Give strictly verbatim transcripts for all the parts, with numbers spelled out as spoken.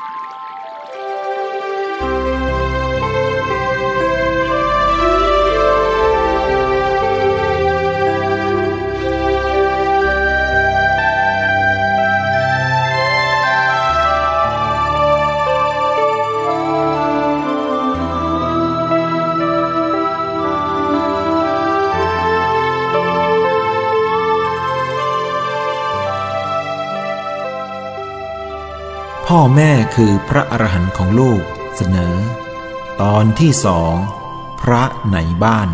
พ่อแม่คือพระอรหันต์ของลูกเสนอตอนที่สองพระในบ้าน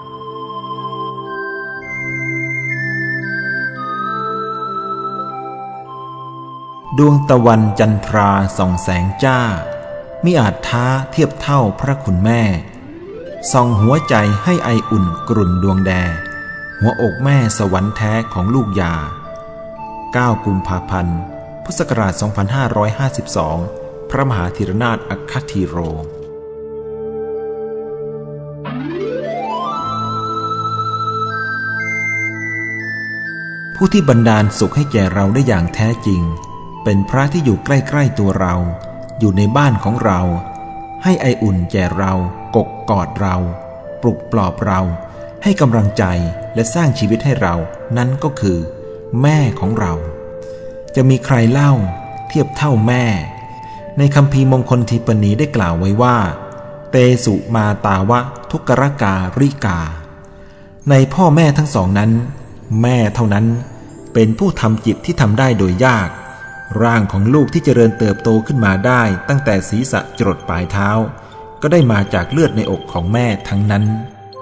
ดวงตะวันจันทราส่องแสงจ้ามิอาจท้าเทียบเท่าพระคุณแม่ส่องหัวใจให้ไออุ่นกรุ่นดวงแดหัวอกแม่สวรรค์แท้ของลูกยาเก้ากุมภาพันธ์พุทธศักราช สองพันห้าร้อยห้าสิบสอง พระมหาธีรนาถอัคคธีโรผู้ที่บันดาลสุขให้แก่เราได้อย่างแท้จริงเป็นพระที่อยู่ใกล้ๆตัวเราอยู่ในบ้านของเราให้ไออุ่นแก่เรากกกอดเราปลุกปลอบเราให้กำลังใจและสร้างชีวิตให้เรานั้นก็คือแม่ของเราจะมีใครเล่าเทียบเท่าแม่ในคัมภีร์มงคลทีปณีได้กล่าวไว้ว่าเตสุมาตาวะทุกรการิกาในพ่อแม่ทั้งสองนั้นแม่เท่านั้นเป็นผู้ทำจิตที่ทำได้โดยยากร่างของลูกที่เจริญเติบโตขึ้นมาได้ตั้งแต่ศีรษะจรดปลายเท้าก็ได้มาจากเลือดในอกของแม่ทั้งนั้น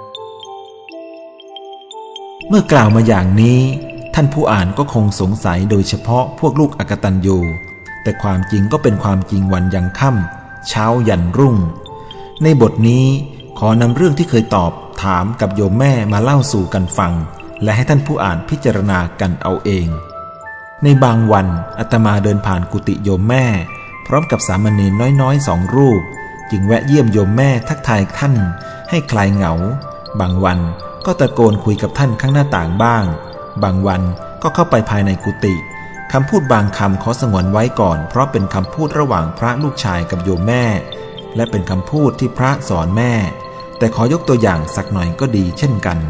เมื่อกล่าวมาอย่างนี้ท่านผู้อ่านก็คงสงสัยโดยเฉพาะพวกลูกอกตัญญูแต่ความจริงก็เป็นความจริงวันยังค่ำเช้ายันรุ่งในบทนี้ขอนำเรื่องที่เคยตอบถามกับโยมแม่มาเล่าสู่กันฟังและให้ท่านผู้อ่านพิจารณากันเอาเองในบางวันอาตมาเดินผ่านกุฏิโยมแม่พร้อมกับสามเณรน้อยๆสองรูปจึงแวะเยี่ยมโยมแม่ทักทายท่านให้คลายเหงาบางวันก็ตะโกนคุยกับท่านข้างหน้าต่างบ้างบางวันก็เข้าไปภายในกุฏิคำพูดบางคำขอสงวนไว้ก่อนเพราะเป็นคำพูดระหว่างพระลูกชายกับโยมแม่และเป็นคำพูดที่พระสอนแม่แต่ขอยกตัวอย่างสักหน่อยก็ดีเช่นกัน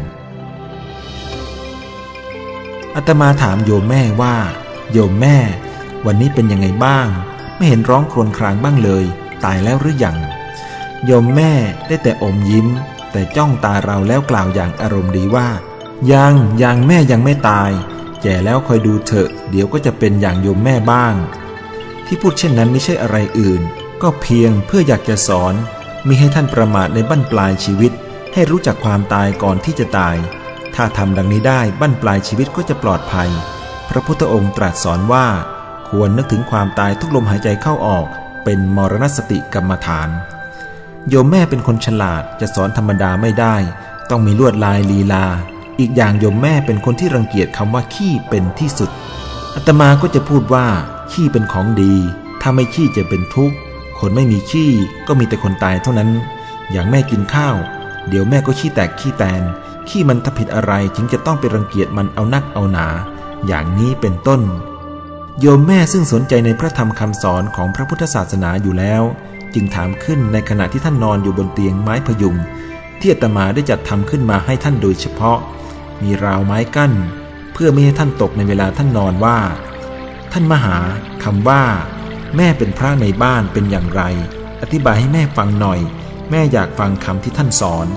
อาตมาถามโยมแม่ว่าโยมแม่วันนี้เป็นยังไงบ้างไม่เห็นร้องครวญครางบ้างเลยตายแล้วหรือยังโยมแม่ได้แต่อมยิ้มแต่จ้องตาเราแล้วกล่าวอย่างอารมณ์ดีว่ายังยังแม่ยังไม่ตายแก่แล้วคอยดูเถอะเดี๋ยวก็จะเป็นอย่างโยมแม่บ้างที่พูดเช่นนั้นไม่ใช่อะไรอื่นก็เพียงเพื่ออยากจะสอนมิให้ท่านประมาทในบั้นปลายชีวิตให้รู้จักความตายก่อนที่จะตายถ้าทำดังนี้ได้บั้นปลายชีวิตก็จะปลอดภัยพระพุทธองค์ตรัสสอนว่าควรนึกถึงความตายทุกลมหายใจเข้าออกเป็นมรณสติกรรมฐานโยมแม่เป็นคนฉลาดจะสอนธรรมดาไม่ได้ต้องมีลวดลายลีลาอีกอย่างโยมแม่เป็นคนที่รังเกียจคำว่าขี้เป็นที่สุดอาตมาก็จะพูดว่าขี้เป็นของดีถ้าไม่ขี้จะเป็นทุกข์คนไม่มีขี้ก็มีแต่คนตายเท่านั้นอย่างแม่กินข้าวเดี๋ยวแม่ก็ขี้แตกขี้แตนขี้มันถ้าผิดอะไรจึงจะต้องไปรังเกียจมันเอานักเอาหนาอย่างนี้เป็นต้นโยมแม่ซึ่งสนใจในพระธรรมคำสอนของพระพุทธศาสนาอยู่แล้วจึงถามขึ้นในขณะที่ท่านนอนอยู่บนเตียงไม้พยุงที่อาตมาได้จัดทำขึ้นมาให้ท่านโดยเฉพาะมีราวไม้กั้นเพื่อไม่ให้ท่านตกในเวลาท่านนอนว่าท่านมหาคำว่าแม่เป็นพระในบ้านเป็นอย่างไรอธิบายให้แม่ฟังหน่อยแม่อยากฟังคำที่ท่านสอน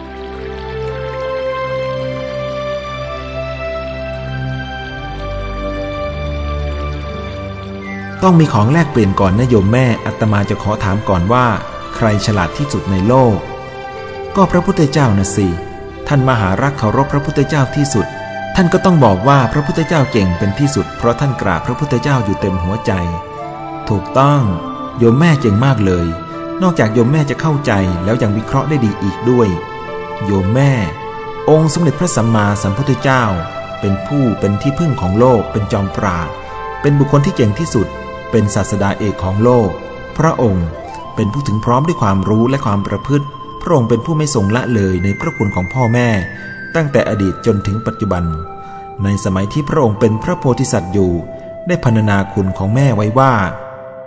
ต้องมีของแลกเปลี่ยนก่อนนะโยมแม่อาตมาจะขอถามก่อนว่าใครฉลาดที่สุดในโลกก็พระพุทธเจ้านะสิท่านมหารักเคารพพระพุทธเจ้าที่สุดท่านก็ต้องบอกว่าพระพุทธเจ้าเก่งเป็นที่สุดเพราะท่านกราบพระพุทธเจ้าอยู่เต็มหัวใจถูกต้องโยมแม่เก่งมากเลยนอกจากโยมแม่จะเข้าใจแล้วยังวิเคราะห์ได้ดีอีกด้วยโยมแม่องค์สมเด็จพระสัมมาสัมพุทธเจ้าเป็นผู้เป็นที่พึ่งของโลกเป็นจอมปราชญ์เป็นบุคคลที่เก่งที่สุดเป็นศาสดาเอกของโลกพระองค์เป็นผู้ถึงพร้อมด้วยความรู้และความประพฤติพระองค์เป็นผู้ไม่ทรงละเลยในพระคุณของพ่อแม่ตั้งแต่อดีตจนถึงปัจจุบันในสมัยที่พระองค์เป็นพระโพธิสัตว์อยู่ได้พรรณนาคุณของแม่ไว้ว่า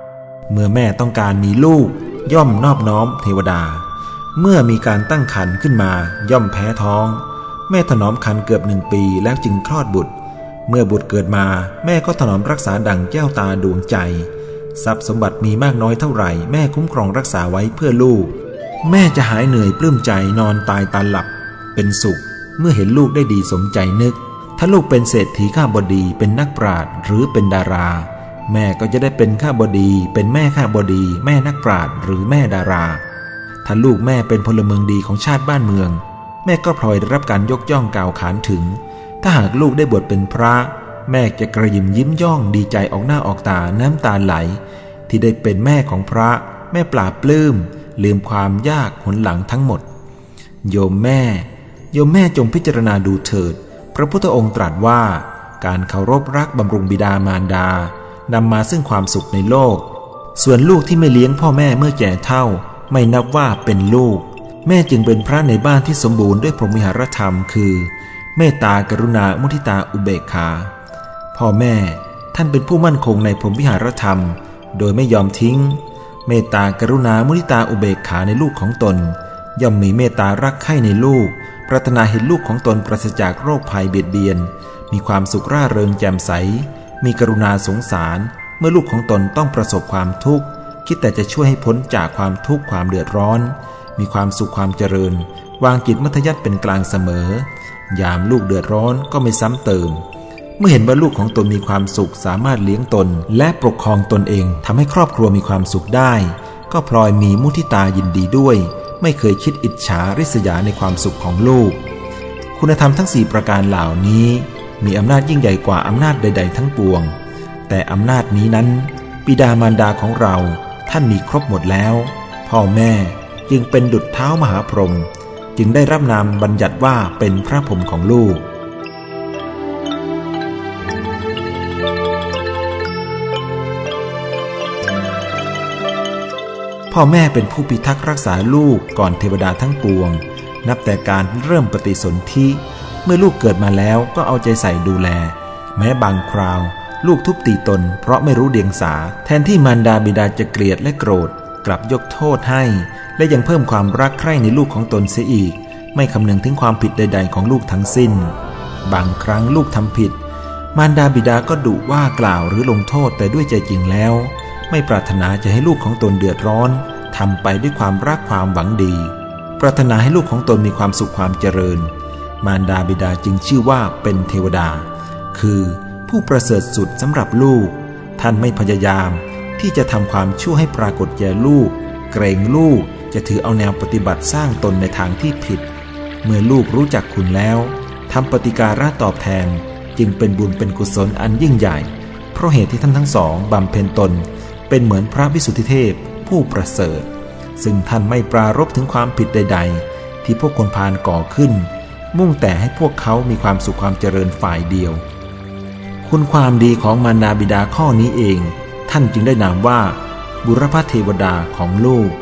เมื่อแม่ต้องการมีลูกย่อมนอบน้อมเทวดาเมื่อมีการตั้งครรภ์ขึ้นมาย่อมแพ้ท้องแม่ถนอมครรภ์เกือบหนึ่งปีแล้วจึงคลอดบุตรเมื่อบุตรเกิดมาแม่ก็ถนอมรักษาดั่งแก้วตาดวงใจทรัพย์สมบัติมีมากน้อยเท่าไหร่แม่คุ้มครองรักษาไว้เพื่อลูกแม่จะหายเหนื่อยปลื้มใจนอนตายตาหลับเป็นสุขเมื่อเห็นลูกได้ดีสมใจนึกถ้าลูกเป็นเศรษฐีข้าบดีเป็นนักปราชญ์หรือเป็นดาราแม่ก็จะได้เป็นข้าบดีเป็นแม่ข้าบดีแม่นักปราชญ์หรือแม่ดาราถ้าลูกแม่เป็นพลเมืองดีของชาติบ้านเมืองแม่ก็พลอยได้รับการยกย่องกล่าวขานถึงถ้าหากลูกได้บวชเป็นพระแม่จะกระยิมยิ้มย่องดีใจออกหน้าออกตาน้ำตาไหลที่ได้เป็นแม่ของพระแม่ปลาบปลื้มลืมความยากหนหลังทั้งหมดโยมแม่โยมแม่จงพิจารณาดูเถิดพระพุทธองค์ตรัสว่าการเคารพรักบำรุงบิดามารดานำมาซึ่งความสุขในโลกส่วนลูกที่ไม่เลี้ยงพ่อแม่เมื่อแก่เฒ่าไม่นับว่าเป็นลูกแม่จึงเป็นพระในบ้านที่สมบูรณ์ด้วยพรหมวิหารธรรมคือเมตตากรุณามุทิตาอุเบกขาพ่อแม่ท่านเป็นผู้มั่นคงในพรหมวิหารธรรมโดยไม่ยอมทิ้งเมตตากรุณามุทิตาอุเบกขาในลูกของตนย่อมมีเมตตารักใคร่ในลูกปรารถนาเห็นลูกของตนปราศจากโรคภัยเบียดเบียนมีความสุขร่าเริงแจ่มใสมีกรุณาสงสารเมื่อลูกของตนต้องประสบความทุกข์คิดแต่จะช่วยให้พ้นจากความทุกข์ความเดือดร้อนมีความสุขความเจริญวางจิตมัธยัสถ์เป็นกลางเสมอยามลูกเดือดร้อนก็ไม่ซ้ำเติมเมื่อเห็นว่าลูกของตนมีความสุขสามารถเลี้ยงตนและปกครองตนเองทำให้ครอบครัวมีความสุขได้ก็พลอยมีมุทิตายินดีด้วยไม่เคยคิดอิจฉาริษยาในความสุขของลูกคุณธรรมทั้งสี่ประการเหล่านี้มีอำนาจยิ่งใหญ่กว่าอำนาจใดๆทั้งปวงแต่อำนาจนี้นั้นบิดามารดาของเราท่านมีครบหมดแล้วพ่อแม่จึงเป็นดุจเท้ามหาพรหมจึงได้รับนามบัญญัติว่าเป็นพระพรหมของลูกพ่อแม่เป็นผู้พิทักษ์รักษาลูกก่อนเทวดาทั้งปวงนับแต่การเริ่มปฏิสนธิเมื่อลูกเกิดมาแล้วก็เอาใจใส่ดูแลแม้บางคราวลูกทุบตีตนเพราะไม่รู้เดียงสาแทนที่มารดาบิดาจะเกลียดและโกรธกลับยกโทษให้และยังเพิ่มความรักใคร่ในลูกของตนเสียอีกไม่คำนึงถึงความผิดใดๆของลูกทั้งสิ้นบางครั้งลูกทำผิดมารดาบิดาก็ดุว่ากล่าวหรือลงโทษแต่ด้วยใจจริงแล้วไม่ปรารถนาจะให้ลูกของตนเดือดร้อนทำไปด้วยความรักความหวังดีปรารถนาให้ลูกของตนมีความสุขความเจริญมารดาบิดาจึงชื่อว่าเป็นเทวดาคือผู้ประเสริฐสุดสำหรับลูกท่านไม่พยายามที่จะทำความชั่วให้ปรากฏแก่ลูกเกรงลูกจะถือเอาแนวปฏิบัติสร้างตนในทางที่ผิดเมื่อลูกรู้จักคุณแล้วทำปฏิการะตอบแทนจึงเป็นบุญเป็นกุศลอันยิ่งใหญ่เพราะเหตุที่ท่านทั้งสองบำเพ็ญตนเป็นเหมือนพระวิสุทธิเทพผู้ประเสริฐซึ่งท่านไม่ปรารภถึงความผิดใดๆที่พวกคนพาลก่อขึ้นมุ่งแต่ให้พวกเขามีความสุขความเจริญฝ่ายเดียวคุณความดีของมารดาบิดาข้อนี้เองท่านจึงได้นามว่าบุรพเทวดาของลูก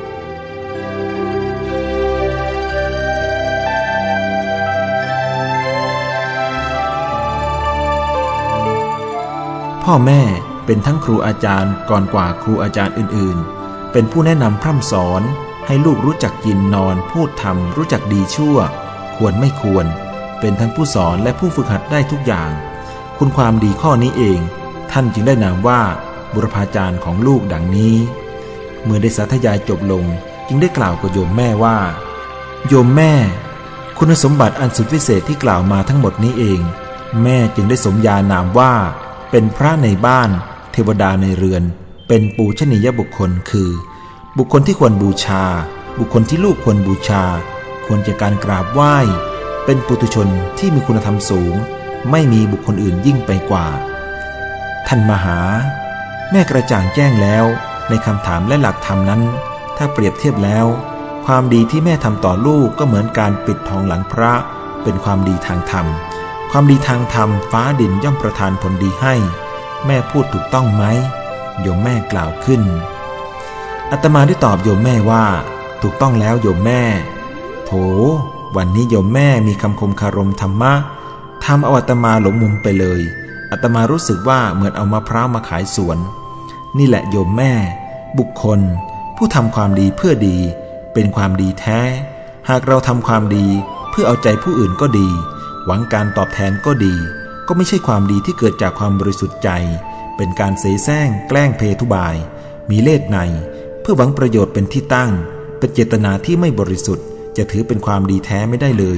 พ่อแม่เป็นทั้งครูอาจารย์ก่อนกว่าครูอาจารย์อื่นๆเป็นผู้แนะนำพร่ำสอนให้ลูกรู้จักกินนอนพูดทำรู้จักดีชั่วควรไม่ควรเป็นทั้งผู้สอนและผู้ฝึกหัดได้ทุกอย่างคุณความดีข้อนี้เองท่านจึงได้นามว่าบุรพาจารย์ของลูกดังนี้เมื่อได้สาธยายจบลงจึงได้กล่าวกับโยมแม่ว่าโยมแม่คุณสมบัติอันสุดวิเศษที่กล่าวมาทั้งหมดนี้เองแม่จึงได้สมญานามว่าเป็นพระในบ้านเทวดาในเรือนเป็นปูชนียบุคคลคือบุคคลที่ควรบูชาบุคคลที่ลูกควรบูชาควรจะการกราบไหว้เป็นปุถุชนที่มีคุณธรรมสูงไม่มีบุคคลอื่นยิ่งไปกว่าท่านมหาแม่กระจ่างแจ้งแล้วในคำถามและหลักธรรมนั้นถ้าเปรียบเทียบแล้วความดีที่แม่ทำต่อลูกก็เหมือนการปิดทองหลังพระเป็นความดีทางธรรมความดีทางธรรมฟ้าดินย่อมประทานผลดีให้แม่พูดถูกต้องไหมโยมแม่กล่าวขึ้นอาตมาได้ตอบโยมแม่ว่าถูกต้องแล้วโยมแม่โถวันนี้โยมแม่มีคำคมคารมธรรมะทำเอาอาตมาหลงมุมไปเลยอาตมารู้สึกว่าเหมือนเอามะพร้าวมาขายสวนนี่แหละโยมแม่บุคคลผู้ทำความดีเพื่อดีเป็นความดีแท้หากเราทำความดีเพื่อเอาใจผู้อื่นก็ดีหวังการตอบแทนก็ดีก็ไม่ใช่ความดีที่เกิดจากความบริสุทธิ์ใจเป็นการเสแสร้งแกล้งเพทุบายมีเล่ห์ในเพื่อหวังประโยชน์เป็นที่ตั้งเป็นเจตนาที่ไม่บริสุทธิ์จะถือเป็นความดีแท้ไม่ได้เลย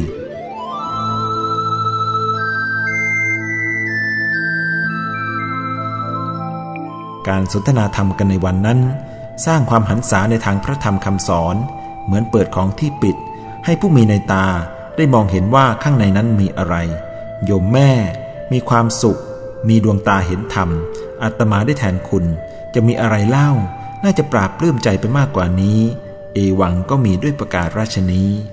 การสนทนาธรรมกันในวันนั้นสร้างความหันษาในทางพระธรรมคำสอนเหมือนเปิดของที่ปิดให้ผู้มีในตาได้มองเห็นว่าข้างในนั้นมีอะไรโยมแม่มีความสุขมีดวงตาเห็นธรรมอาตมาได้แทนคุณจะมีอะไรเล่าน่าจะปราบปลื้มใจไปมากกว่านี้เอวังก็มีด้วยประกาศราชนี้